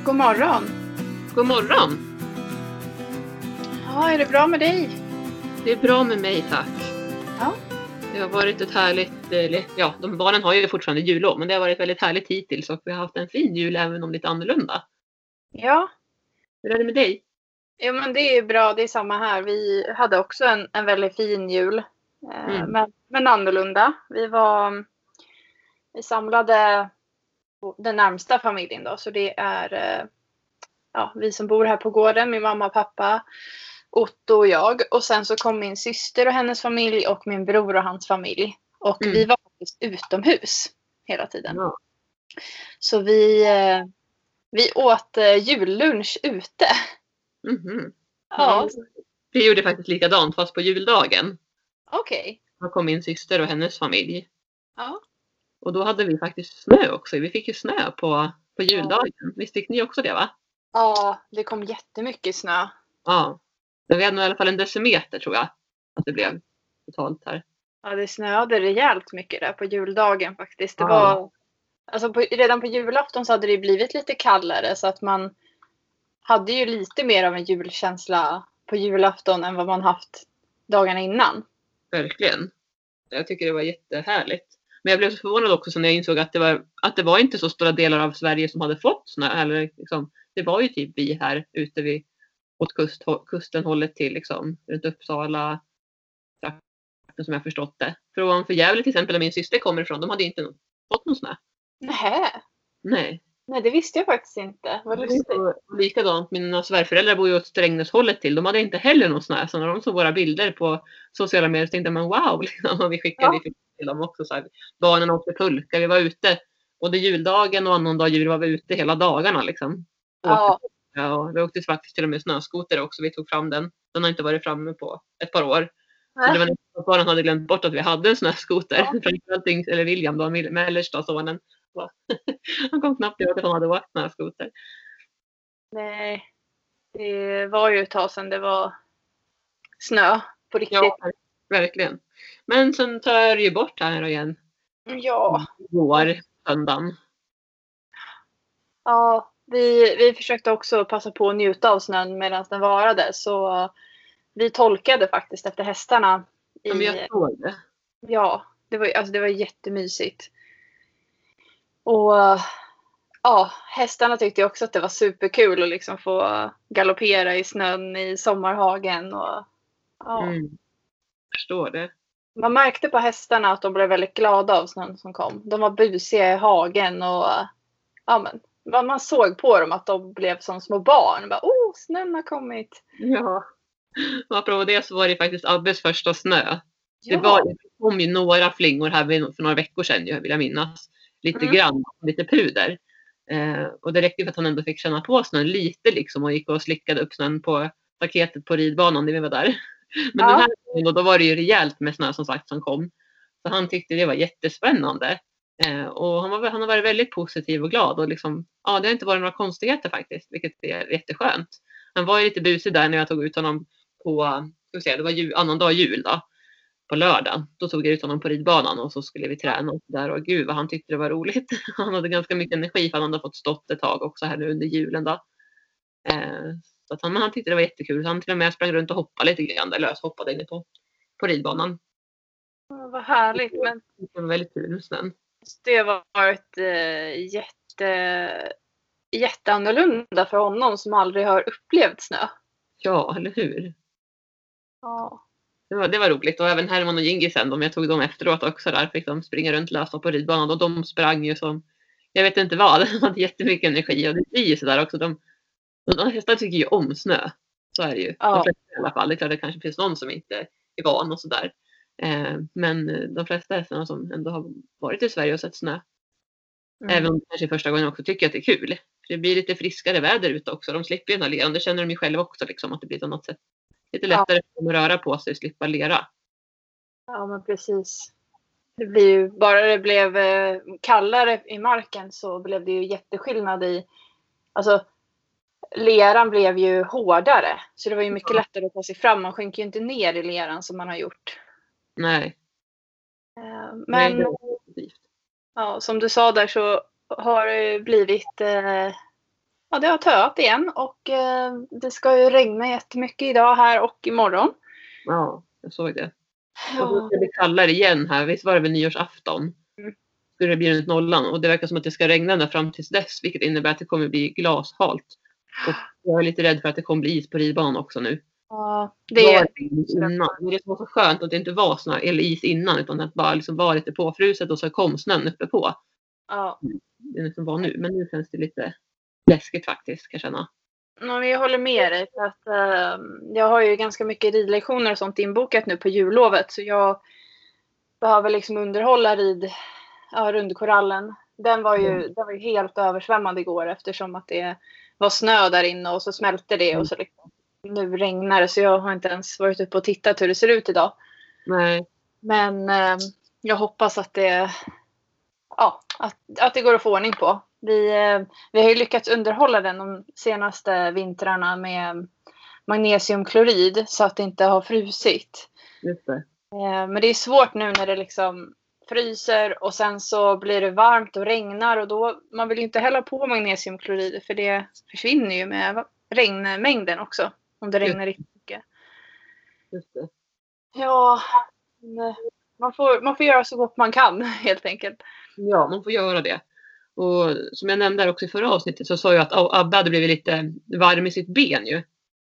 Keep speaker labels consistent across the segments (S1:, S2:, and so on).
S1: God morgon.
S2: God morgon.
S1: Ja, är det bra med dig?
S2: Det är bra med mig, tack.
S1: Ja.
S2: Det har varit ett härligt, de barnen har ju fortfarande jullov, men det har varit väldigt härligt hittills och vi har haft en fin jul även om lite annorlunda.
S1: Ja.
S2: Hur är det med dig?
S1: Ja, men det är bra. Det är samma här. Vi hade också en väldigt fin jul. Men annorlunda. Vi samlade den närmsta familjen då. Så det är vi som bor här på gården. Min mamma, pappa, Otto och jag. Och sen så kom min syster och hennes familj och min bror och hans familj. Och vi var faktiskt utomhus hela tiden.
S2: Ja.
S1: Så vi åt jullunch ute.
S2: Mhm.
S1: Ja.
S2: Vi gjorde faktiskt likadant fast på juldagen.
S1: Okej.
S2: Då kom min syster och hennes familj.
S1: Ja.
S2: Och då hade vi faktiskt snö också. Vi fick ju snö på juldagen. Visst fick ni också det, va?
S1: Ja, det kom jättemycket snö.
S2: Ja. Men vi hade nog i alla fall en decimeter, tror jag. Att det blev totalt här.
S1: Ja, det snöade rejält mycket där på juldagen faktiskt. Det
S2: Ja.
S1: var, alltså redan på julafton så hade det blivit lite kallare så att man hade ju lite mer av en julkänsla på julafton än vad man haft dagarna innan.
S2: Verkligen. Jag tycker det var jättehärligt. Men jag blev så förvånad också när jag insåg att det var inte så stora delar av Sverige som hade fått snö. Eller liksom, det var ju typ vi här ute åt kusten hållet till liksom, runt Uppsala trakten som jag förstått det. För ovanför Gävle till exempel där min syster kommer ifrån, de hade inte fått någon snö.
S1: Nähä.
S2: Nej.
S1: Nej, det visste jag faktiskt inte. Vad lustigt.
S2: Likadant, mina svärföräldrar bor ju åt Strängnäshållet till. De hade inte heller någon snö. Så när de såg våra bilder på sociala medier så tänkte man wow. Liksom. Och vi skickade till dem också. Så här. Barnen åkte pulka. Vi var ute. Både juldagen och annan dag jul var vi ute hela dagarna. Liksom.
S1: Ja.
S2: Och vi åkte faktiskt till och med snöskoter också. Vi tog fram den. Den har inte varit framme på ett par år. Så det var nästan att barnen hade glömt bort att vi hade en snöskoter. Framförallt eller William då, mellersta sonen. Han kom knappt ihåg att han hade åkt snöskoter.
S1: Nej, det var ju ett tag sedan det var snö på riktigt.
S2: Ja, verkligen. Men sen tar det ju bort här igen.
S1: Ja.
S2: Söndagen.
S1: Ja, vi försökte också passa på att njuta av snön medan den varade. Så vi tolkade faktiskt efter hästarna.
S2: Men jag såg det.
S1: Ja, det var jättemysigt. Och hästarna tyckte också att det var superkul att liksom få galoppera i snön i sommarhagen. Och,
S2: Förstår det.
S1: Man märkte på hästarna att de blev väldigt glada av snön som kom. De var busiga i hagen och man såg på dem att de blev som små barn. Bara, snön har kommit.
S2: Ja. Och apropå det så var det faktiskt Abbes första snö.
S1: Ja.
S2: Det kom ju några flingor här för några veckor sedan, vill jag minnas. Lite grann, lite puder. Och det räckte för att han ändå fick känna på snön lite liksom och gick och slickade upp snön på paketet på ridbanan när vi var där. Men den här gången då var det ju rejält med snö som sagt som kom. Så han tyckte det var jättespännande. Och han har varit väldigt positiv och glad. Och liksom, det har inte varit några konstigheter faktiskt, vilket är jätteskönt. Han var ju lite busig där när jag tog ut honom på, det var annan dag jul då. På lördag. Då tog jag ut honom på ridbanan och så skulle vi träna och där. Och gud vad han tyckte det var roligt. Han hade ganska mycket energi för han hade fått stått ett tag också här nu under julen då. Så att han tyckte det var jättekul. Så han till och med sprang runt och hoppade lite grann. Där löshoppade inne på ridbanan.
S1: Vad härligt. Men
S2: det var väldigt kul med snön.
S1: Det har varit jätteannorlunda för honom som aldrig har upplevt snö.
S2: Ja, eller hur?
S1: Ja.
S2: Det var roligt. Och även Herman och Gingisen, jag tog dem efteråt också där. Fick de springa runt lösa på ridbanan. Och de sprang ju som, jag vet inte vad. De hade jättemycket energi. Och det blir ju sådär också. De hästar tycker ju om snö. Så är det ju.
S1: Ja.
S2: De flesta i alla fall. Det är klart det kanske finns någon som inte är van och sådär. Men de flesta hästarna som ändå har varit i Sverige och sett snö. Även om det kanske första gången också tycker att det är kul. För det blir lite friskare väder ute också. De slipper ju den här leran. Det känner de ju själva också liksom, att det blir på något sätt lite lättare att röra på sig och slippa lera.
S1: Ja, men precis. Det blir ju, bara det blev kallare i marken så blev det ju jätteskillnad i, alltså leran blev ju hårdare. Så det var ju mycket lättare att ta sig fram. Man sjunker ju inte ner i leran som man har gjort.
S2: Nej.
S1: Men
S2: Nej,
S1: som du sa där så har det blivit det har töat igen och det ska ju regna jättemycket idag här och imorgon.
S2: Ja, jag såg det. Och då
S1: Ja.
S2: ska det bli kallare igen här. Visst var det väl nyårsafton?
S1: Mm.
S2: Skulle det bli runt nollan. Och det verkar som att det ska regna ända fram tills dess. Vilket innebär att det kommer bli glashalt. Och jag är lite rädd för att det kommer bli is på ridbanan också nu.
S1: Ja,
S2: Det är innan. Det som var så skönt att det inte var sån här is innan. Utan att det bara liksom var lite påfruset och så kom snön uppe på.
S1: Ja.
S2: Det är som var nu. Men nu känns det lite läskigt faktiskt, kan jag känna.
S1: Ja, jag håller med dig. För att, jag har ju ganska mycket ridlektioner och sånt inbokat nu på jullovet. Så jag behöver liksom underhålla rundkorallen. Den var ju helt översvämmad igår eftersom att det var snö där inne och så smälte det och så liksom, nu regnar det så jag har inte ens varit uppe och tittat hur det ser ut idag.
S2: Nej.
S1: Men jag hoppas att det att det går att få ordning på. Vi har ju lyckats underhålla den de senaste vintrarna med magnesiumklorid så att det inte har frusit.
S2: Just det.
S1: Men det är svårt nu när det liksom fryser och sen så blir det varmt och regnar och då man vill ju inte hälla på magnesiumklorid för det försvinner ju med regnmängden också om det regnar riktigt mycket.
S2: Just det.
S1: Ja, man får göra så gott man kan helt enkelt.
S2: Ja, man får göra det. Och som jag nämnde också i förra avsnittet så sa jag att Abbe hade blivit lite varm i sitt ben ju.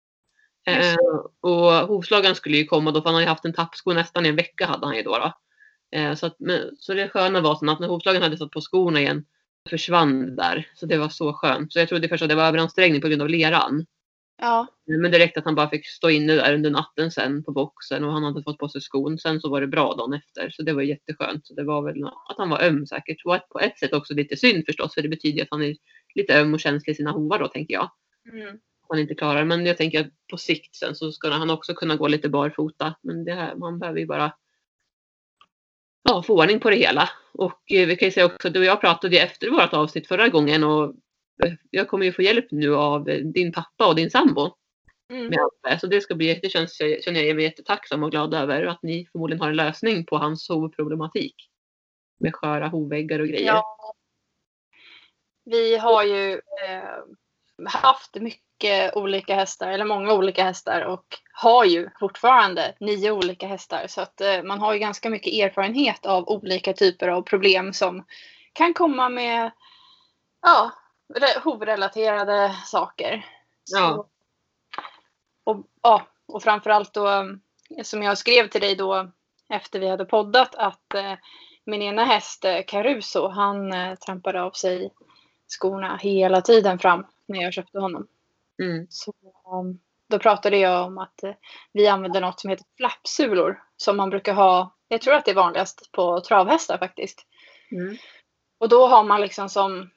S2: Och hovslagaren skulle ju komma då för han har ju haft en tappsko nästan en vecka hade han ju då. Så det sköna var så att när hovslagaren hade satt på skorna igen försvann där. Så det var så skönt. Så jag trodde först att det var överansträngning på grund av leran.
S1: Ja.
S2: Men det räckte att han bara fick stå inne där under natten sen på boxen och han hade fått på sig skon. Sen så var det bra dagen efter. Så det var jätteskönt. Så det var väl att han var öm säkert. Och på ett sätt också lite synd förstås. För det betyder att han är lite öm och känslig i sina hovar då tänker jag.
S1: Mm.
S2: Han inte klarar. Men jag tänker att på sikt sen så ska han också kunna gå lite barfota. Men det här, man behöver ju bara få ordning på det hela. Och vi kan ju säga också att du och jag pratade efter vårt avsnitt förra gången. Och jag kommer ju få hjälp nu av din pappa och din sambo. Med allt. Så det ska bli, känner jag mig jättetacksam och glad över att ni förmodligen har en lösning på hans hovproblematik. Med sköra hovväggar och grejer.
S1: Ja. Vi har ju haft mycket olika hästar, eller många olika hästar och har ju fortfarande 9 olika hästar. Så att man har ju ganska mycket erfarenhet av olika typer av problem som kan komma med hovrelaterade saker.
S2: Ja.
S1: Och framförallt då, som jag skrev till dig då efter vi hade poddat, att min ena häst Caruso, han trampade av sig skorna hela tiden fram när jag köpte honom. Så då pratade jag om att vi använder något som heter flappsulor som man brukar ha, jag tror att det är vanligast på travhästar faktiskt. Och då har man liksom som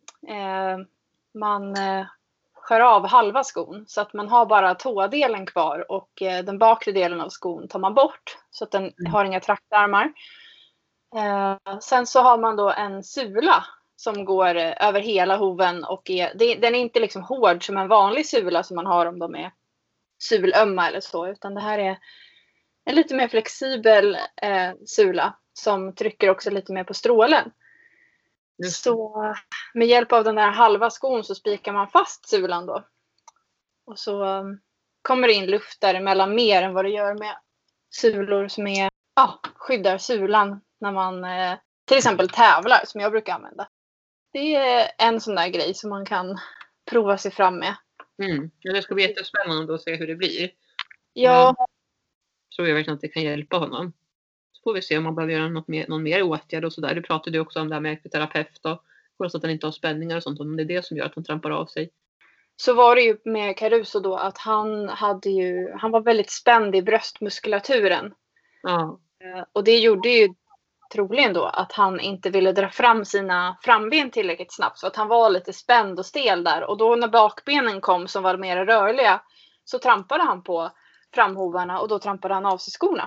S1: man skär av halva skon så att man har bara tådelen kvar och den bakre delen av skon tar man bort så att den har inga traktarmar. Sen så har man då en sula som går över hela hoven och den är inte liksom hård som en vanlig sula som man har om de är sulömma eller så, utan det här är en lite mer flexibel sula som trycker också lite mer på strålen. Så med hjälp av den där halva skon så spikar man fast sulan då. Och så kommer det in luft däremellan mer än vad det gör med sulor som skyddar sulan när man till exempel tävlar som jag brukar använda. Det är en sån där grej som man kan prova sig fram med.
S2: Ja, det ska bli jättespännande att se hur det blir.
S1: Ja.
S2: Tror jag verkligen att det kan hjälpa honom. Så får vi se om man behöver göra någon mer åtgärd och sådär. Du pratade ju också om det här med ekoterapeut och så att han inte har spänningar och sånt. Om det är det som gör att han trampar av sig.
S1: Så var det ju med Caruso då att han var väldigt spänd i bröstmuskulaturen.
S2: Ja.
S1: Och det gjorde ju troligen då att han inte ville dra fram sina framben tillräckligt snabbt. Så att han var lite spänd och stel där. Och då när bakbenen kom som var mer rörliga så trampade han på framhovarna och då trampade han av sig skorna.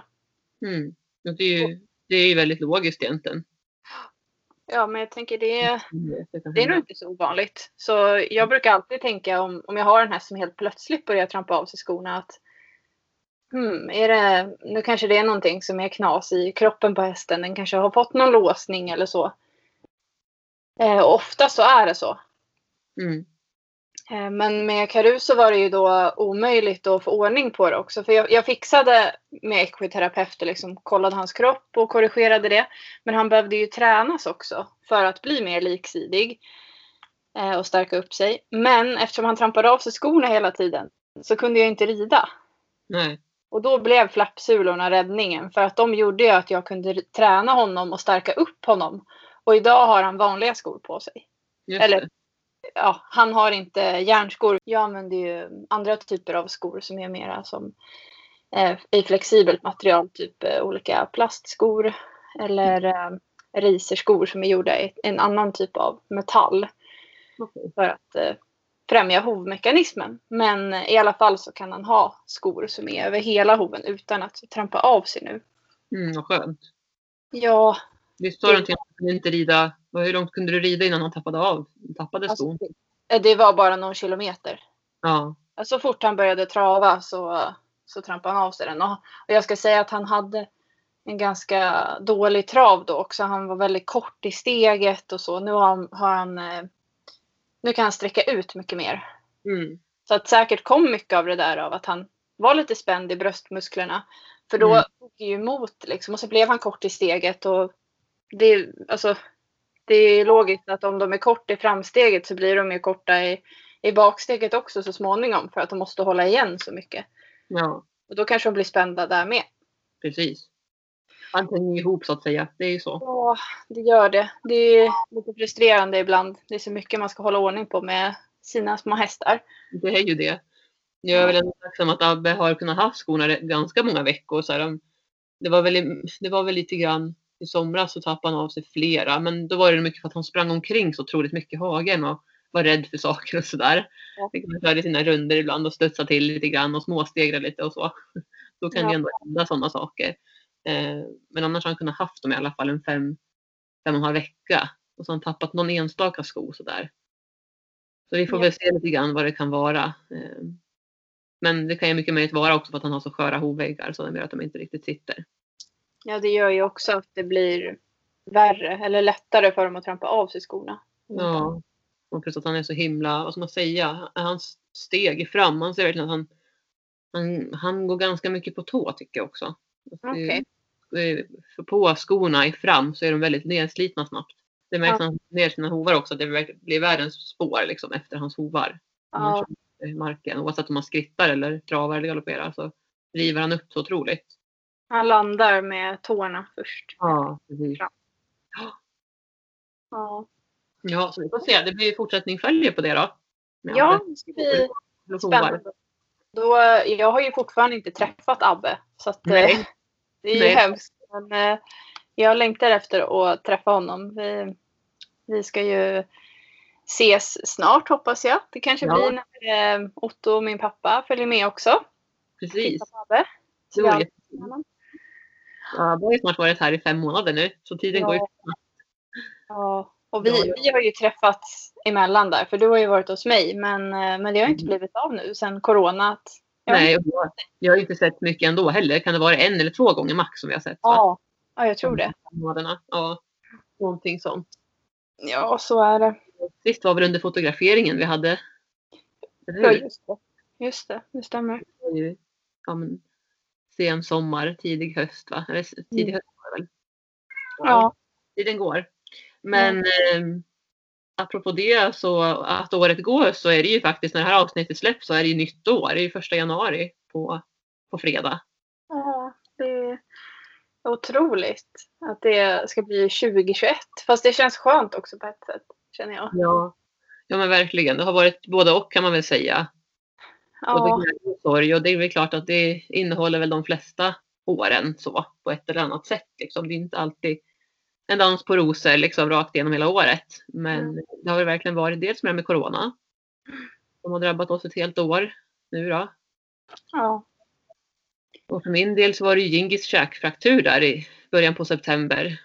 S2: Det är ju väldigt logiskt egentligen.
S1: Ja, men jag tänker det är nog inte så ovanligt. Så jag brukar alltid tänka om jag har en häst som helt plötsligt börjar trampa av sig skorna att nu kanske det är någonting som är knas i kroppen på hästen. Den kanske har fått någon låsning eller så. Ofta så är det så. Men med Caruso var det ju då omöjligt att få ordning på det också. För jag fixade med equiterapeuter, liksom kollade hans kropp och korrigerade det. Men han behövde ju tränas också för att bli mer liksidig och stärka upp sig. Men eftersom han trampade av sig skorna hela tiden så kunde jag inte rida.
S2: Nej.
S1: Och då blev flappsulorna räddningen. För att de gjorde ju att jag kunde träna honom och stärka upp honom. Och idag har han vanliga skor på sig.
S2: Just
S1: Eller
S2: det.
S1: ja, han har inte järnskor. Jag använder ju andra typer av skor som är mera som i flexibelt material. Typ olika plastskor. Eller racerskor som är gjorda i en annan typ av metall.
S2: Okay.
S1: För att främja hovmekanismen. Men i alla fall så kan han ha skor som är över hela hoven utan att trampa av sig nu.
S2: Vad skönt.
S1: Ja.
S2: Visst sa du att han inte rida. Hur långt kunde du rida innan han tappade skon?
S1: Det var bara någon kilometer.
S2: Ja.
S1: Så fort han började trava så trampade han av sig den. Och jag ska säga att han hade en ganska dålig trav då också. Han var väldigt kort i steget och så. Nu kan han sträcka ut mycket mer.
S2: Mm.
S1: Så att säkert kom mycket av det där av att han var lite spänd i bröstmusklerna. För då tog det ju emot liksom. Och så blev han kort i steget. Och det är logiskt att om de är kort i framsteget så blir de ju korta i baksteget också så småningom. För att de måste hålla igen så mycket.
S2: Ja.
S1: Och då kanske de blir spända där med.
S2: Precis. Han hänger ihop så att säga. Det är ju så.
S1: Ja, det gör det. Det är lite frustrerande ibland. Det är så mycket man ska hålla ordning på med sina små hästar.
S2: Det är ju det. Jag är väl ändå tacksam att Abbe har kunnat ha skorna ganska många veckor. Så här, det var väl lite grann i somras så tappade han av sig flera. Men då var det mycket för att han sprang omkring så otroligt mycket i hagen och var rädd för saker och sådär.
S1: Ja.
S2: Han körde sina runder ibland och studsade till lite grann och småstegrade lite och så. Då kan det ändå hända sådana saker. Men annars har han kunnat haft dem i alla fall en 5,5 vecka. Och så har han tappat någon enstaka sko sådär. Så vi får väl se lite grann vad det kan vara. Men det kan ju mycket möjligt vara också för att han har så sköra hovväggar så det gör att de inte riktigt sitter.
S1: Ja, det gör ju också att det blir värre eller lättare för dem att trampa av sig skorna.
S2: Ja, och plus att han är så himla, vad ska man säga, hans steg fram, man ser verkligen att han går ganska mycket på tå tycker jag också.
S1: Okej.
S2: För på skorna i fram så är de väldigt nedslitna snabbt. Det märks när han ner sina hovar också att det blir världens spår liksom efter hans hovar.
S1: Ja.
S2: Marken. Oavsett om man skrittar eller travar eller galopperar så river han upp så otroligt.
S1: Han landar med tårna först.
S2: Ja, precis.
S1: Ja.
S2: Ja, så vi får se. Det blir fortsättning följer på det då.
S1: Ja, det ska bli spännande. Jag har ju fortfarande inte träffat Abbe. Så att, det är ju hemskt. Men jag längtar efter att träffa honom. Vi ska ju ses snart hoppas jag. Det kanske blir när Otto och min pappa följer med också.
S2: Precis.
S1: Abbe.
S2: Det var jättefint. Ja, det har ju snart varit här i 5 månader nu. Så tiden går ju snabbt.
S1: Ja. Och vi har ju träffats emellan där. För du har ju varit hos mig. Men det har inte blivit av nu sen corona.
S2: Nej, jag har ju inte sett mycket ändå heller. Kan det vara 1 eller 2 gånger max som jag har sett?
S1: Ja, jag tror det.
S2: Ja, någonting sånt.
S1: Ja, så är det.
S2: Sist var väl under fotograferingen vi hade.
S1: Ja, just det. Det stämmer.
S2: Ja, men sen sommar, tidig höst va? Eller tidig höst var det väl?
S1: Ja.
S2: Tiden går. Men apropå det så att året går så är det ju faktiskt när det här avsnittet släpps så är det ju nytt år. Det är ju 1 januari på fredag.
S1: Ja, det är otroligt att det ska bli 2021. Fast det känns skönt också på ett sätt, känner jag.
S2: Ja men verkligen. Det har varit både och kan man väl säga.
S1: Ja.
S2: Och det är väl klart att det innehåller väl de flesta åren så på ett eller annat sätt. Liksom. Det är inte alltid en dans på rosor liksom, rakt igenom hela året. Men det har väl verkligen varit dels med corona. Som har drabbat oss ett helt år nu då.
S1: Ja.
S2: Och för min del så var det ju Gingis käkfraktur där i början på september.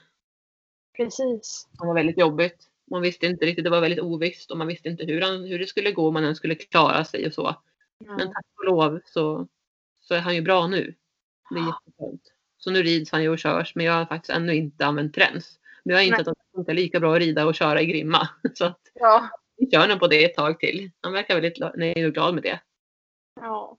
S1: Precis.
S2: Det var väldigt jobbigt. Man visste inte riktigt, det var väldigt ovisst och man visste inte hur det skulle gå om man än skulle klara sig och så. Men tack och lov så är han ju bra nu. Det är jätteskönt. Så nu rids han ju och körs men jag har faktiskt ännu inte använt träns. Men jag har insett att det funkar lika bra att rida och köra i grimma. Så att vi kör den på det ett tag till. Han verkar väldigt nöjd och glad med det.
S1: Ja.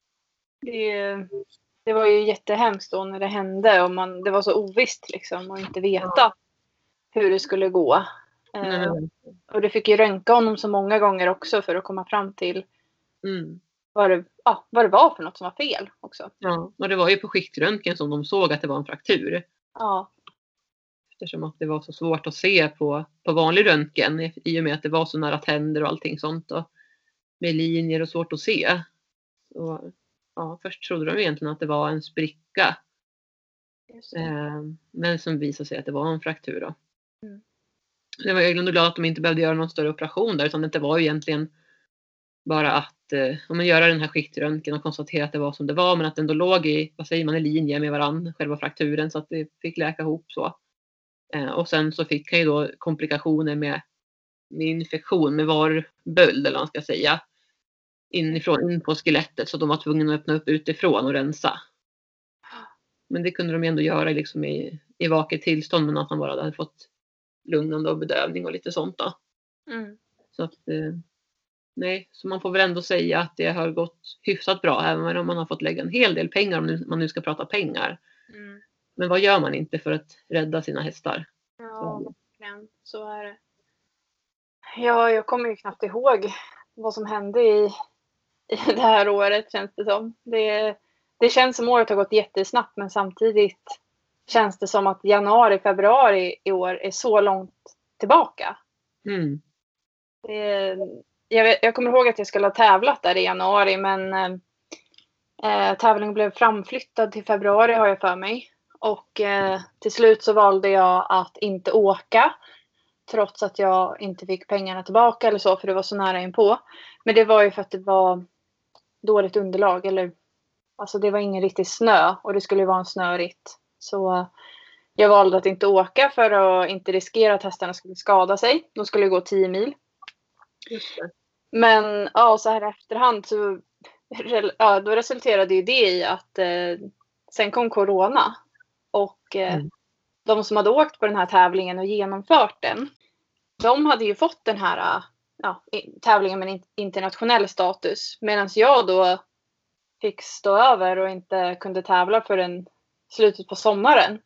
S1: Det var ju jättehemskt då när det hände och det var så ovisst liksom och inte veta hur det skulle gå.
S2: Nej.
S1: Och det fick ju röntga honom så många gånger också för att komma fram till vad det var för något som var fel också.
S2: Ja, och det var ju på skiktröntgen som de såg att det var en fraktur.
S1: Ja.
S2: Eftersom att det var så svårt att se på vanlig röntgen i och med att det var så nära tänder och allting sånt. Och med linjer och svårt att se. Och, ja, först trodde de egentligen att det var en spricka. Men som visade sig att det var en fraktur då. Jag var ändå glad att de inte behövde göra någon större operation där, utan det var ju egentligen bara att göra den här skiktröntgen och konstatera att det var som det var, men att det ändå låg i linje med varann, själva frakturen, så att det fick läka ihop så. Och sen så fick han ju då komplikationer med infektion, med varböld eller vad man ska säga, in på skelettet, så de var tvungna att öppna upp utifrån och rensa. Men det kunde de ändå göra liksom i vaket tillstånd, men att han bara hade fått lugnande och bedövning och lite sånt då. Så att nej, så man får väl ändå säga att det har gått hyfsat bra, även om man har fått lägga en hel del pengar, om man nu ska prata pengar. Men vad gör man inte för att rädda sina hästar?
S1: Ja, verkligen. Så är det. Ja, jag kommer ju knappt ihåg vad som hände i det här året, känns det som. Det känns som året har gått jättesnabbt, men samtidigt känns det som att januari, februari i år är så långt tillbaka. Jag kommer ihåg att jag skulle ha tävlat där i januari, men tävlingen blev framflyttad till februari, har jag för mig. Och till slut så valde jag att inte åka, trots att jag inte fick pengarna tillbaka eller så, för det var så nära inpå. Men det var ju för att det var dåligt underlag, eller alltså det var ingen riktig snö och det skulle ju vara en snöritt. Så jag valde att inte åka för att inte riskera att hästarna skulle skada sig. De skulle gå 10 mil.
S2: Just det.
S1: Men ja, så här i efterhand så då resulterade ju det i att sen kom corona. Och de som hade åkt på den här tävlingen och genomfört den, de hade ju fått den här tävlingen med internationell status. Medan jag då fick stå över och inte kunde tävla förrän slutet på sommaren.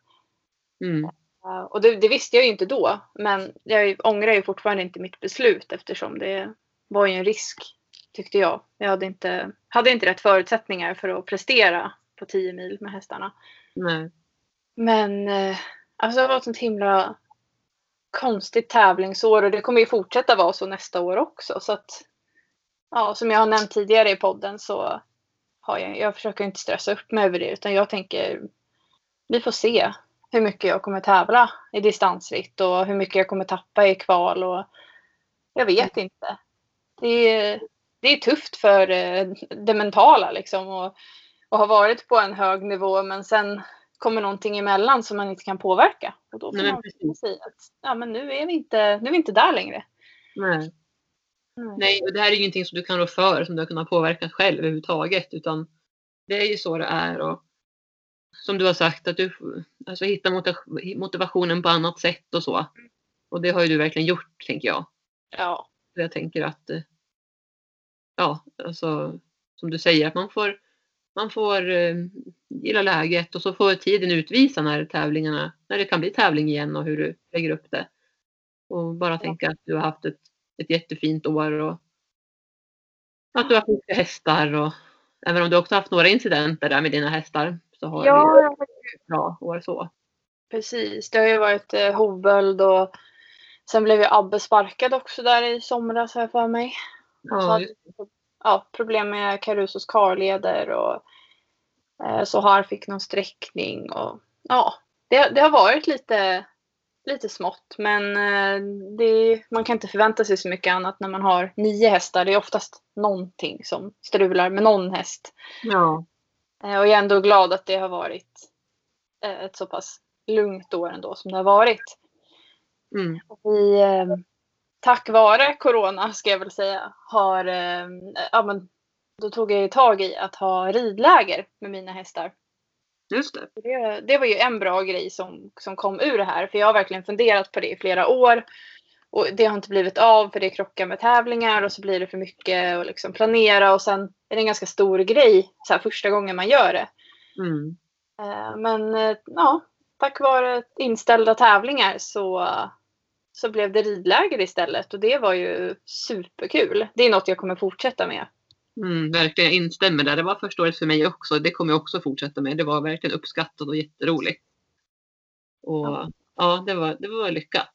S1: Och det visste jag ju inte då. Men jag ångrar ju fortfarande inte mitt beslut, eftersom det var ju en risk, tyckte jag. Jag hade inte rätt förutsättningar för att prestera på 10 mil med hästarna.
S2: Nej.
S1: Men alltså det var ett sånt himla konstigt tävlingsår, och det kommer ju fortsätta vara så nästa år också. Så att, ja, som jag har nämnt tidigare i podden, så har jag försöker inte stressa upp mig över det, utan jag tänker vi får se hur mycket jag kommer tävla i distansritt och hur mycket jag kommer tappa i kval, och jag vet inte. Det är tufft för det mentala liksom, och ha varit på en hög nivå, men sen kommer någonting emellan som man inte kan påverka. Och då får man säga att men nu är vi inte där längre.
S2: Nej. Nej, och det här är ju ingenting som du kan rå för, som du har kunnat påverka själv överhuvudtaget, utan det är ju så det är. Och som du har sagt, att du hittar motivationen på annat sätt och så. Och det har ju du verkligen gjort, tänker jag.
S1: Ja.
S2: Jag tänker att alltså, som du säger, att man får gilla läget, och så får tiden utvisa när det kan bli tävling igen, och hur du lägger upp det. Och bara tänka att du har haft ett jättefint år, och att du har friska hästar, och även om du också haft några incidenter där med dina hästar, så har det ett bra år så.
S1: Precis, det har ju varit hovböld, och sen blev ju Abbe sparkad också där i somras, här för mig. Problem med Carusos karleder, och så har fick någon sträckning, och det har varit lite smått, men man kan inte förvänta sig så mycket annat när man har 9 hästar. Det är oftast någonting som strular med någon häst.
S2: Ja.
S1: Och jag är ändå glad att det har varit ett så pass lugnt år ändå som det har varit. Tack vare corona, ska jag väl säga, då tog jag tag i att ha ridläger med mina hästar.
S2: Just
S1: Det var ju en bra grej som kom ur det här. För jag har verkligen funderat på det i flera år. Och det har inte blivit av för det krockar med tävlingar och så blir det för mycket att liksom planera och sen är det en ganska stor grej så här, första gången man gör det.
S2: Mm.
S1: Men ja, tack vare inställda tävlingar så blev det ridläger istället och det var ju superkul. Det är något jag kommer fortsätta med.
S2: Verkligen, jag instämmer där. Det var första året för mig också. Det kommer jag också fortsätta med. Det var verkligen uppskattat och jätteroligt. Och ja, det var lyckat.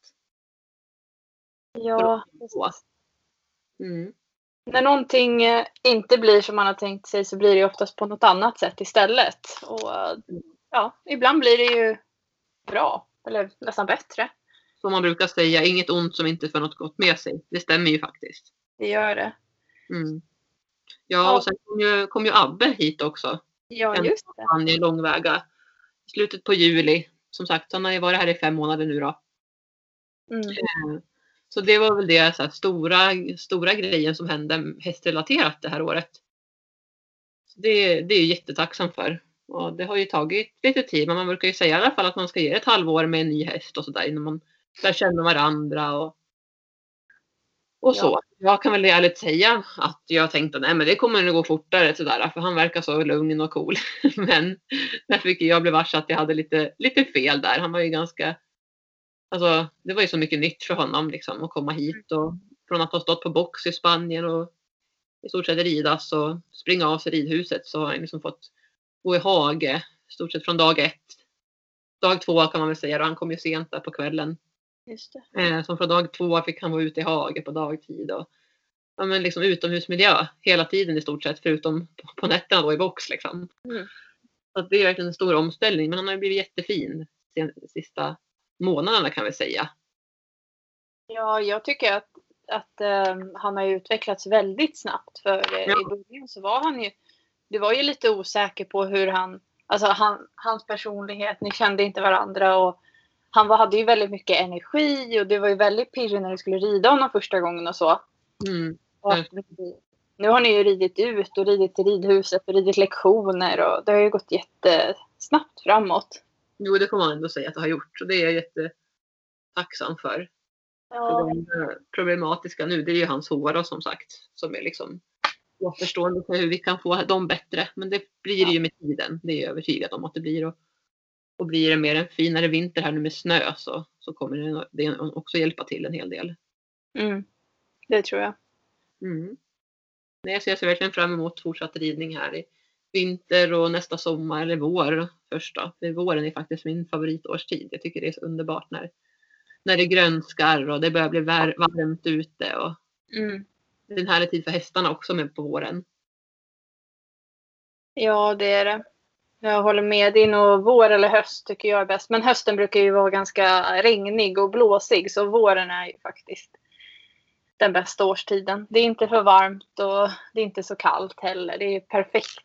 S1: Ja.
S2: Mm.
S1: När någonting inte blir som man har tänkt sig så blir det oftast på något annat sätt istället. Och ja, ibland blir det ju bra. Eller nästan bättre.
S2: Som man brukar säga, inget ont som inte för något gott med sig. Det stämmer ju faktiskt.
S1: Det gör det.
S2: Mm. Ja, och sen kom ju Abbe hit också.
S1: Ja, just det.
S2: Han är långväga. I slutet på juli. Som sagt, han har ju varit här i 5 månader nu då. Så det var väl det så här, stora grejen som hände hästrelaterat det här året. Så det är ju jättetacksam för. Och det har ju tagit lite tid, men man brukar ju säga i alla fall att man ska ge ett halvår med en ny häst och sådär innan man lär känna varandra och så. Jag kan väl ärligt säga att jag tänkte nej men det kommer nog gå fortare sådär, för han verkar så lugn och cool. Men när fick jag bli varse att jag hade lite fel där. Han var ju ganska, alltså det var ju så mycket nytt för honom liksom att komma hit och från att ha stått på box i Spanien och i stort sett ridas och springa av sig ridhuset så har han liksom fått gå i hage i stort sett från dag 1. Dag 2 kan man väl säga, och han kom ju sent där på kvällen.
S1: Just det.
S2: Så från dag 2 fick han vara ute i hage på dagtid och ja, men liksom utomhusmiljö hela tiden i stort sett, förutom på nätterna då i box liksom. Så det är verkligen en stor omställning, men han har ju blivit jättefin de sista månaderna kan vi säga.
S1: Ja, jag tycker att han har utvecklats väldigt snabbt, för i början så var han ju, du var ju lite osäker på hur hans personlighet, ni kände inte varandra och han hade ju väldigt mycket energi och det var ju väldigt pirrigt när du skulle rida honom första gången och så. Och nu har ni ju ridit ut och ridit till ridhuset och ridit lektioner och det har ju gått jättesnabbt framåt.
S2: Jo, det får man ändå säga att det har gjort, och det är jag jättetacksam för.
S1: Ja.
S2: Det problematiska nu, det är ju hans hår som sagt, som är liksom förstående för hur vi kan få dem bättre, men det blir ju med tiden, det är jag övertygad om att det blir, och blir det mer en finare vinter här nu med snö så kommer det också hjälpa till en hel del.
S1: Det tror jag.
S2: Jag ser verkligen fram emot fortsatt ridning här i vinter och nästa sommar eller vår först då. För våren är faktiskt min favoritårstid. Jag tycker det är så underbart när det grönskar och det börjar bli varmt ute och det är en härlig tid för hästarna också med på våren. Ja,
S1: det är det. Jag håller med. Det är nog vår eller höst tycker jag är bäst. Men hösten brukar ju vara ganska regnig och blåsig. Så våren är ju faktiskt den bästa årstiden. Det är inte för varmt och det är inte så kallt heller. Det är perfekt.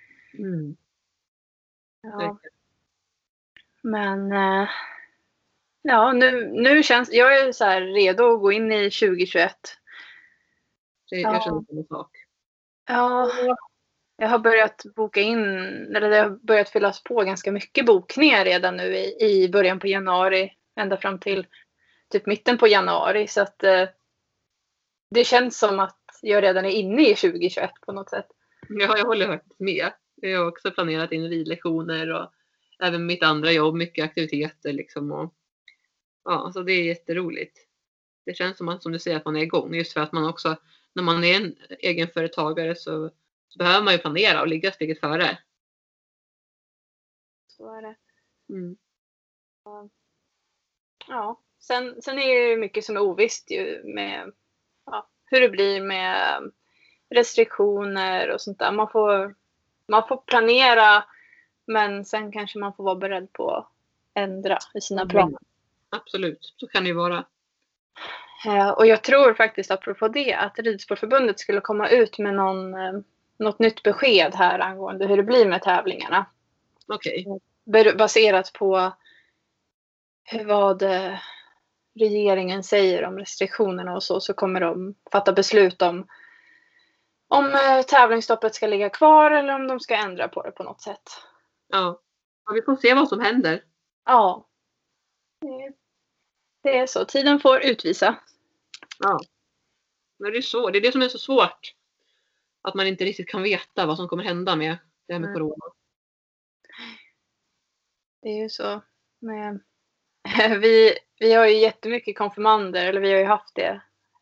S1: Ja. Men ja, nu känns jag är så här redo att gå in i 2021.
S2: Jag känner samma sak.
S1: Ja. Jag har börjat boka in, eller det har börjat fyllas på ganska mycket bokningar redan nu i början på januari. Ända fram till typ mitten på januari. Så att det känns som att jag redan är inne i 2021 på något sätt.
S2: Ja, jag håller faktiskt med. Jag har också planerat in ridlektioner och även mitt andra jobb, mycket aktiviteter liksom. Och, ja, så det är jätteroligt. Det känns som du säger att man är igång. Just för att man också, när man är en egenföretagare så behöver man ju planera och ligga steget före.
S1: Så är det. Ja, sen är det mycket som är ovisst ju med hur det blir med restriktioner och sånt där. Man får planera, men sen kanske man får vara beredd på att ändra i sina planer.
S2: Absolut, så kan det ju vara.
S1: Och jag tror faktiskt apropå det att Ridsportförbundet skulle komma ut med något nytt besked här angående hur det blir med tävlingarna.
S2: Okej.
S1: Baserat på vad regeringen säger om restriktionerna och så kommer de fatta beslut om tävlingsstoppet ska ligga kvar eller om de ska ändra på det på något sätt.
S2: Ja, vi får se vad som händer.
S1: Ja. Det är så. Tiden får utvisa.
S2: Ja. Men det är så. Det är det som är så svårt. Att man inte riktigt kan veta vad som kommer hända med det här med corona.
S1: Det är ju så. Men, vi har ju jättemycket konfirmander, eller vi har ju haft det.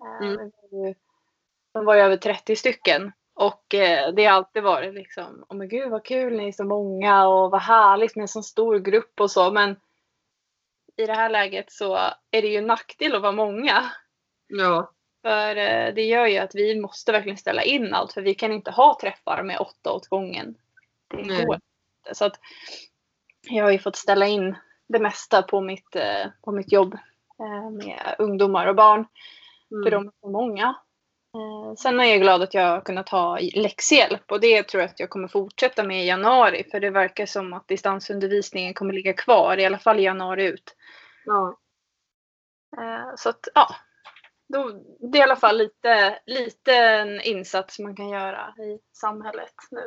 S1: De var ju över 30 stycken. Och det har alltid varit liksom, men gud vad kul, ni är så många och vad härligt med en så stor grupp och så. Men i det här läget så är det ju en nackdel att vara många.
S2: Ja.
S1: För det gör ju att vi måste verkligen ställa in allt. För vi kan inte ha träffar med 8 åt gången. Det går inte. Så att jag har ju fått ställa in det mesta på mitt jobb med ungdomar och barn. För de är så många. Sen är jag glad att jag har kunnat ha läxhjälp. Och det tror jag att jag kommer fortsätta med i januari. För det verkar som att distansundervisningen kommer ligga kvar. I alla fall i januari ut.
S2: Ja.
S1: Så att det är i alla fall lite en insats man kan göra i samhället nu.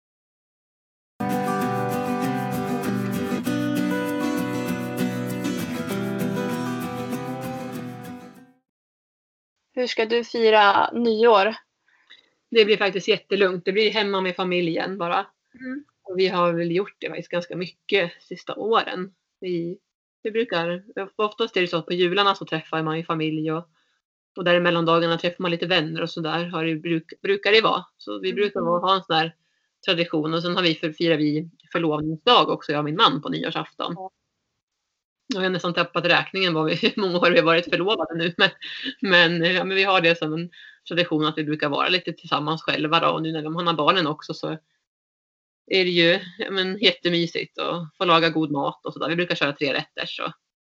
S1: Hur ska du fira nyår?
S2: Det blir faktiskt jättelugnt. Det blir hemma med familjen bara. Och vi har väl gjort det faktiskt ganska mycket sista åren. Vi brukar, oftast är det så att på jularna så träffar man ju familj och där i mellandagarna träffar man lite vänner och sådär brukar det vara. Så vi brukar ha en sån där tradition och sen firar vi förlovningsdag också, jag och min man, på nyårsafton. Jag har nästan tappat räkningen hur många år vi har varit förlovade nu. Men vi har det som en tradition att vi brukar vara lite tillsammans själva då. Och nu när man har barnen också så är det ju jättemysigt och få laga god mat och sådär. Vi brukar köra 3 rätter så.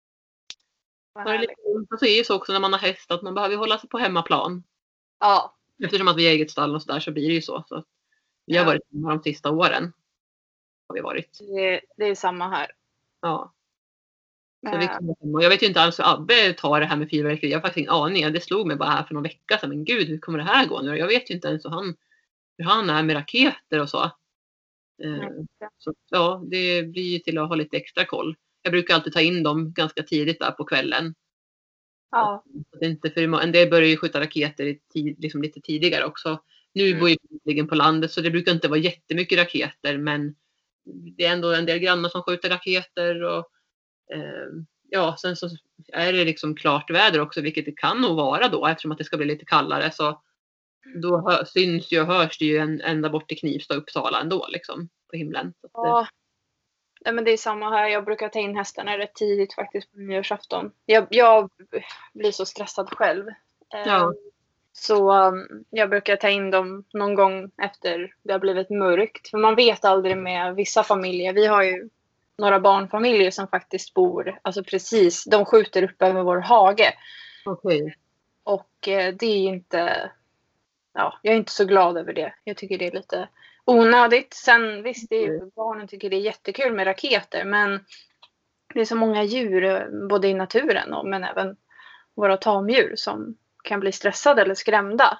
S2: Och så är det så också när man har häst att man behöver hålla sig på hemmaplan.
S1: Ja.
S2: Eftersom att vi har eget stall och sådär så blir det ju så. Så vi har varit hemma de sista åren. Har vi varit.
S1: Det är samma här.
S2: Ja. Så jag vet ju inte alls hur Abbe tar det här med fyrverkeri. Jag har faktiskt ingen aning. Det slog mig bara här för någon vecka sedan. Men gud, hur kommer det här gå nu? Jag vet ju inte ens hur han är med raketer och så. Så ja, det blir ju till att ha lite extra koll. Jag brukar alltid ta in dem ganska tidigt där på kvällen.
S1: Ja.
S2: Det är inte en del börjar ju skjuta raketer liksom lite tidigare också. Nu bor jag på landet så det brukar inte vara jättemycket raketer. Men det är ändå en del grannar som skjuter raketer och sen så är det liksom klart väder också, vilket det kan nog vara då eftersom att det ska bli lite kallare så då syns ju och hörs det ju ända bort till Knivsta och Uppsala ändå liksom på himlen.
S1: Ja. Men det är samma här. Jag brukar ta in hästarna rätt tidigt faktiskt på nyårsafton. Jag blir så stressad själv. Så jag brukar ta in dem någon gång efter det har blivit mörkt. För man vet aldrig med vissa familjer. Vi har ju några barnfamiljer som faktiskt bor precis. De skjuter upp över vår hage.
S2: Okej.
S1: Och det är inte... Ja, jag är inte så glad över det. Jag tycker det är lite onödigt. Sen visst, barnen tycker det är jättekul med raketer. Men det är så många djur både i naturen men även våra tamdjur som kan bli stressade eller skrämda.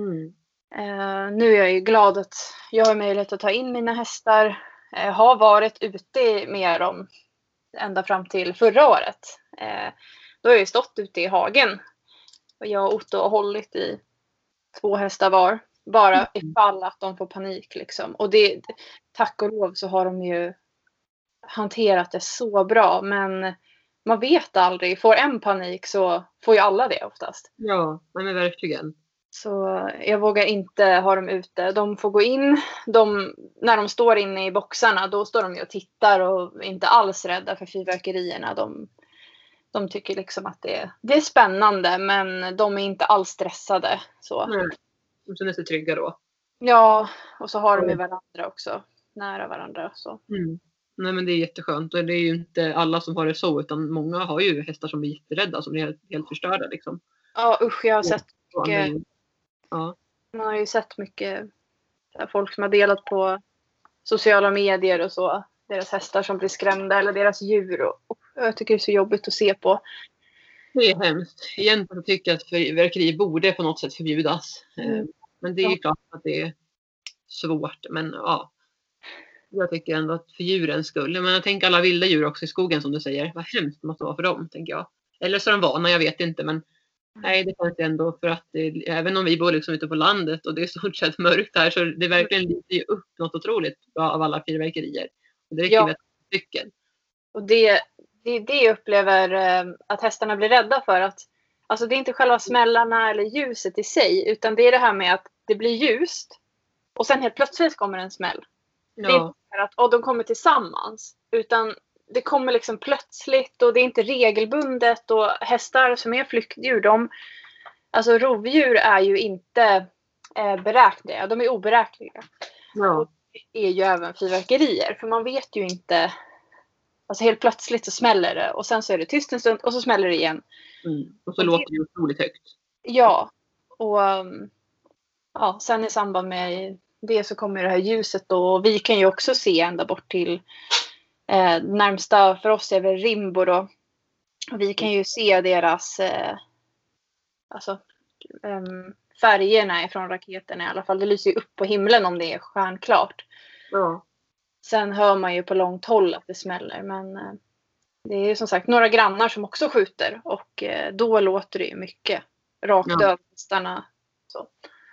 S1: Nu är jag ju glad att jag har möjlighet att ta in mina hästar. Jag har varit ute med dem ända fram till förra året. Då har jag ju stått ute i hagen. Och jag och Otto har hållit i 2 hästar var. Bara ifall att de får panik liksom. Och tack och lov så har de ju hanterat det så bra. Men man vet aldrig. Får en panik så får ju alla det oftast.
S2: Ja, men verkligen.
S1: Så jag vågar inte ha dem ute. De får gå in. När de står inne i boxarna då står de ju och tittar och inte alls rädda för fyrverkerierna. De tycker liksom att det är spännande men de är inte alls stressade. Så.
S2: Nej, de känner sig trygga då.
S1: Ja, och så har de ju varandra också. Nära varandra. Så.
S2: Nej men det är jätteskönt och det är ju inte alla som har det så utan många har ju hästar som blir jätterädda som blir helt förstörda liksom.
S1: Ja usch, jag har sett mycket.
S2: Ja.
S1: Man har ju sett mycket folk som har delat på sociala medier och så. Deras hästar som blir skrämda eller deras djur. Och jag tycker det är så jobbigt att se på.
S2: Det är hemskt. Egentligen tycker jag att fyrverkeri borde på något sätt förbjudas. Men det är ju klart att det är svårt. Men ja, jag tycker ändå att för djurens skull. Men jag tänker alla vilda djur också i skogen som du säger. Vad hemskt det måste vara för dem, tänker jag. Eller så är de vana, jag vet inte. Men Nej, det fanns det ändå för att även om vi bor liksom ute på landet och det är stort sett mörkt här så det verkligen lyser ju upp något otroligt bra av alla fyrverkerier. Och det räcker
S1: Ja.
S2: med ett stycken.
S1: Och det jag upplever att hästarna blir rädda för. Att, alltså det är inte själva smällarna eller ljuset i sig. Utan det är det här med att det blir ljust. Och sen helt plötsligt kommer en smäll. Det är inte så att de kommer tillsammans. Utan det kommer liksom plötsligt och det är inte regelbundet. Och hästar som är flyktdjur, alltså rovdjur är ju inte beräkneliga. De är oberäkneliga.
S2: Ja.
S1: Och det är ju även fyrverkerier. För man vet ju inte. Alltså helt plötsligt så smäller det. Och sen så är det tyst en stund och så smäller det igen.
S2: Och så låter det ju otroligt högt.
S1: Ja. Och sen i samband med det så kommer det här ljuset då. Och vi kan ju också se ända bort till närmsta för oss är väl Rimbo då. Och vi kan ju se deras färgerna ifrån raketerna i alla fall. Det lyser ju upp på himlen om det är stjärnklart.
S2: Ja.
S1: Sen hör man ju på långt håll att det smäller. Men det är ju som sagt några grannar som också skjuter. Och då låter det ju mycket. Rakt över hästarna. Så.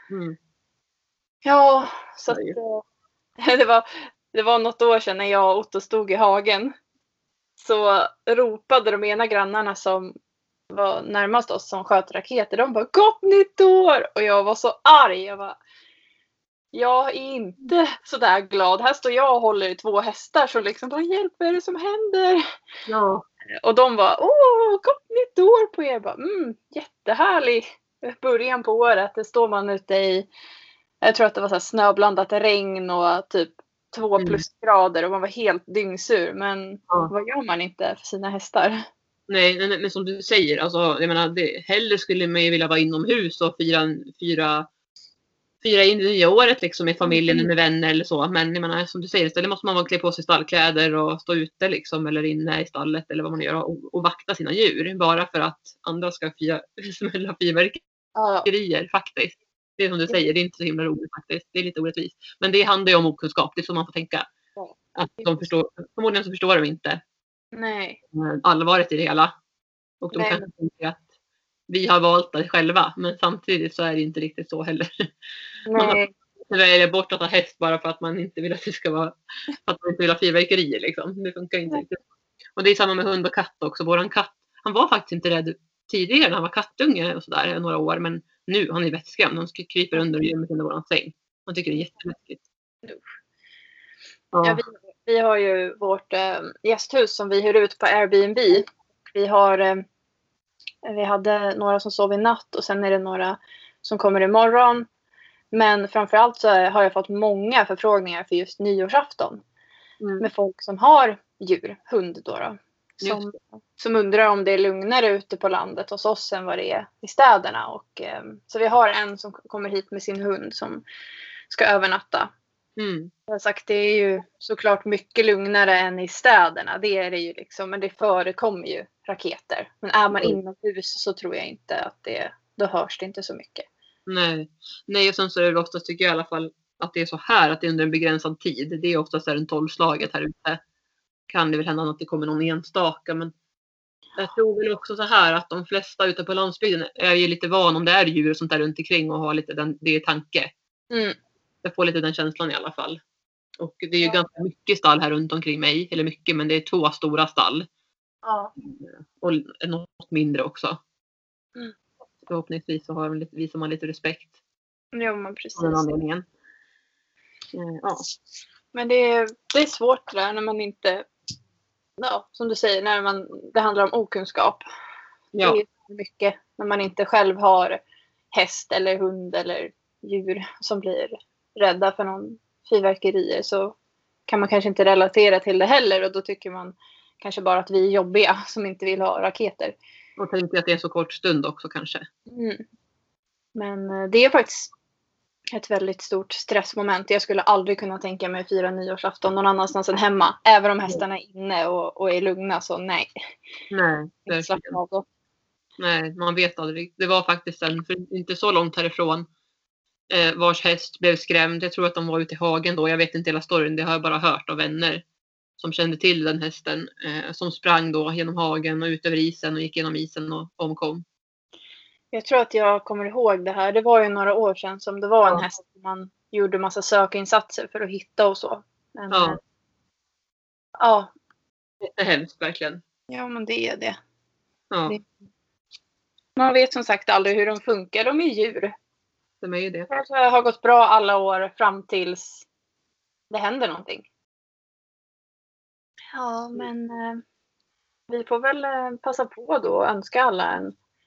S1: Ja, så att, det var något år sedan när jag och Otto stod i hagen. Så ropade de ena grannarna som var närmast oss som sköt raketer. De bara, gott nytt år! Och jag var så arg. Jag är inte så där glad. Här står jag och håller i 2 hästar som liksom bara, hjälp, vad är det som händer?
S2: Ja.
S1: Och de var, gott nytt år på er. Bara, jättehärlig början på året. Det står man ute i, jag tror att det var så här snöblandat regn och typ 2 plusgrader och man var helt dyngsur. Men vad gör man inte för sina hästar?
S2: Nej, men som du säger, alltså, jag menar, hellre skulle man ju vilja vara inomhus och fira in det nya året liksom med familjen eller med vänner eller så. Men jag menar, som du säger, istället måste man klä på sig stallkläder och stå ute liksom, eller inne i stallet eller vad man gör och vakta sina djur. Bara för att andra ska smälla fyrverkerier faktiskt. Det är som du säger, det är inte så himla roligt faktiskt. Det är lite orättvist. Men det handlar ju om okunskap, det är så man får tänka. Att förmodligen så förstår de inte allvaret i det hela. Och de kanske tänker att vi har valt det själva, men samtidigt så är det inte riktigt så heller.
S1: Nej.
S2: Man väljer bort att ha häst bara för att man inte vill att det ska vara, att man inte vill ha fyrverkerier liksom. Det funkar inte riktigt. Och det är samma med hund och katt också. Våran katt, han var faktiskt inte rädd tidigare när han var kattunge och sådär några år, men nu han är vettskrämd. Han kryper under och gömmer sig under våran säng. Man tycker det är jätteläskigt.
S1: Ja, vi har ju vårt gästhus som vi hyr ut på Airbnb. Vi hade några som sov i natt och sen är det några som kommer imorgon. Men framförallt så har jag fått många förfrågningar för just nyårsafton. Med folk som har djur, hund då. Som undrar om det är lugnare ute på landet hos oss än vad det är i städerna. Och, så vi har en som kommer hit med sin hund som ska övernatta. Jag har sagt, det är ju såklart mycket lugnare än i städerna. Det är det ju liksom, men det förekommer ju raketer. Men är man inomhus så tror jag inte att då hörs det inte så mycket.
S2: Nej, och sen så är det oftast, tycker jag i alla fall, att det är så här, att det är under en begränsad tid. Det är oftast en 12-slaget här ute. Kan det väl hända att det kommer någon enstaka, men jag tror väl också så här att de flesta ute på landsbygden är ju lite van om det är djur och sånt där runt omkring och har lite det i tanke. Jag får lite den känslan i alla fall. Och det är ju ganska mycket stall här runt omkring mig. Eller mycket, men det är 2 stora stall.
S1: Ja.
S2: Och något mindre också. Förhoppningsvis så visar man lite respekt.
S1: Ja, men precis.
S2: Av den anledningen. Ja.
S1: Men det är svårt där när man inte, som du säger, när det handlar om okunskap. Ja. Det är mycket när man inte själv har häst eller hund eller djur som blir rädda för någon fyrverkerier, så kan man kanske inte relatera till det heller, och då tycker man kanske bara att vi är jobbiga som inte vill ha raketer.
S2: Och tänker att det är så kort stund också kanske.
S1: Men det är faktiskt ett väldigt stort stressmoment. Jag skulle aldrig kunna tänka mig fira nyårsafton någon annanstans än hemma. Även om hästarna är inne och är lugna, så nej.
S2: Nej, man vet aldrig. Det var faktiskt för inte så långt härifrån vars häst blev skrämd. Jag tror att de var ute i hagen då. Jag vet inte hela storyn. Det har jag bara hört av vänner som kände till den hästen. Som sprang då genom hagen och ut över isen och gick genom isen och omkom.
S1: Jag tror att jag kommer ihåg det här. Det var ju några år sedan som det var en häst som man gjorde massa sökinsatser för att hitta och så. Men,
S2: Ja.
S1: Ja.
S2: Det är hemskt verkligen.
S1: Ja, men det är det.
S2: Ja,
S1: Man vet som sagt aldrig hur de funkar. De är djur.
S2: de är ju det.
S1: Det har gått bra alla år fram tills det händer någonting. Ja, men vi får väl passa på då och önska alla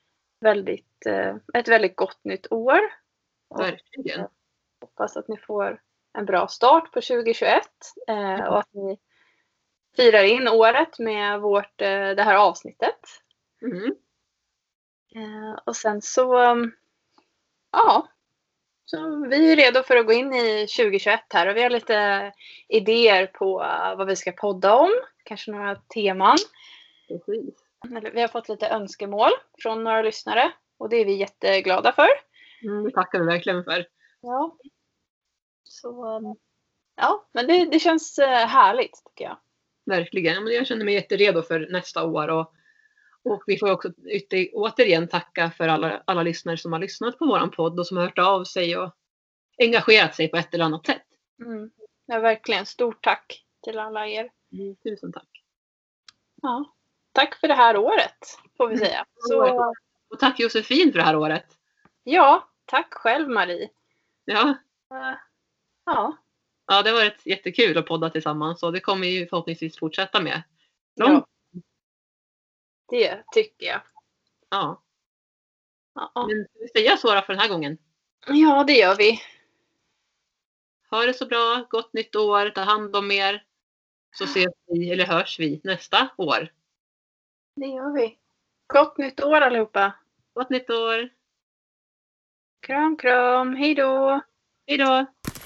S1: ett väldigt gott nytt år.
S2: Verkligen.
S1: Och hoppas att ni får en bra start på 2021 och att ni firar in året med det här avsnittet.
S2: Mm.
S1: Och sen så, ja, så vi är redo för att gå in i 2021 här och vi har lite idéer på vad vi ska podda om. Kanske några teman.
S2: Precis.
S1: Vi har fått lite önskemål från några lyssnare och det är vi jätteglada för.
S2: Det tackar vi verkligen för.
S1: Ja. Så, ja, men det känns härligt tycker jag.
S2: Verkligen. Men jag känner mig jätteredo för nästa år. Och vi får också återigen tacka för alla lyssnare som har lyssnat på våran podd och som har hört av sig och engagerat sig på ett eller annat sätt.
S1: Ja, verkligen. Stort tack till alla er.
S2: Tusen tack.
S1: Ja. Tack för det här året, får vi säga. Så,
S2: och tack Josefin för det här året.
S1: ja, tack själv Marie.
S2: Ja.
S1: Ja.
S2: Ja, det har varit jättekul att podda tillsammans och det kommer vi förhoppningsvis fortsätta med.
S1: Ja. Det tycker jag.
S2: Ja.
S1: Ja.
S2: Men ska vi säga så för den här gången?
S1: Ja, det gör vi.
S2: Ha det så bra, gott nytt år, ta hand om er. Så ses vi, eller hörs vi nästa år.
S1: Det gör vi. Gott nytt år allihopa.
S2: Gott nytt år.
S1: Kram, kram. Hej då.
S2: Hej då.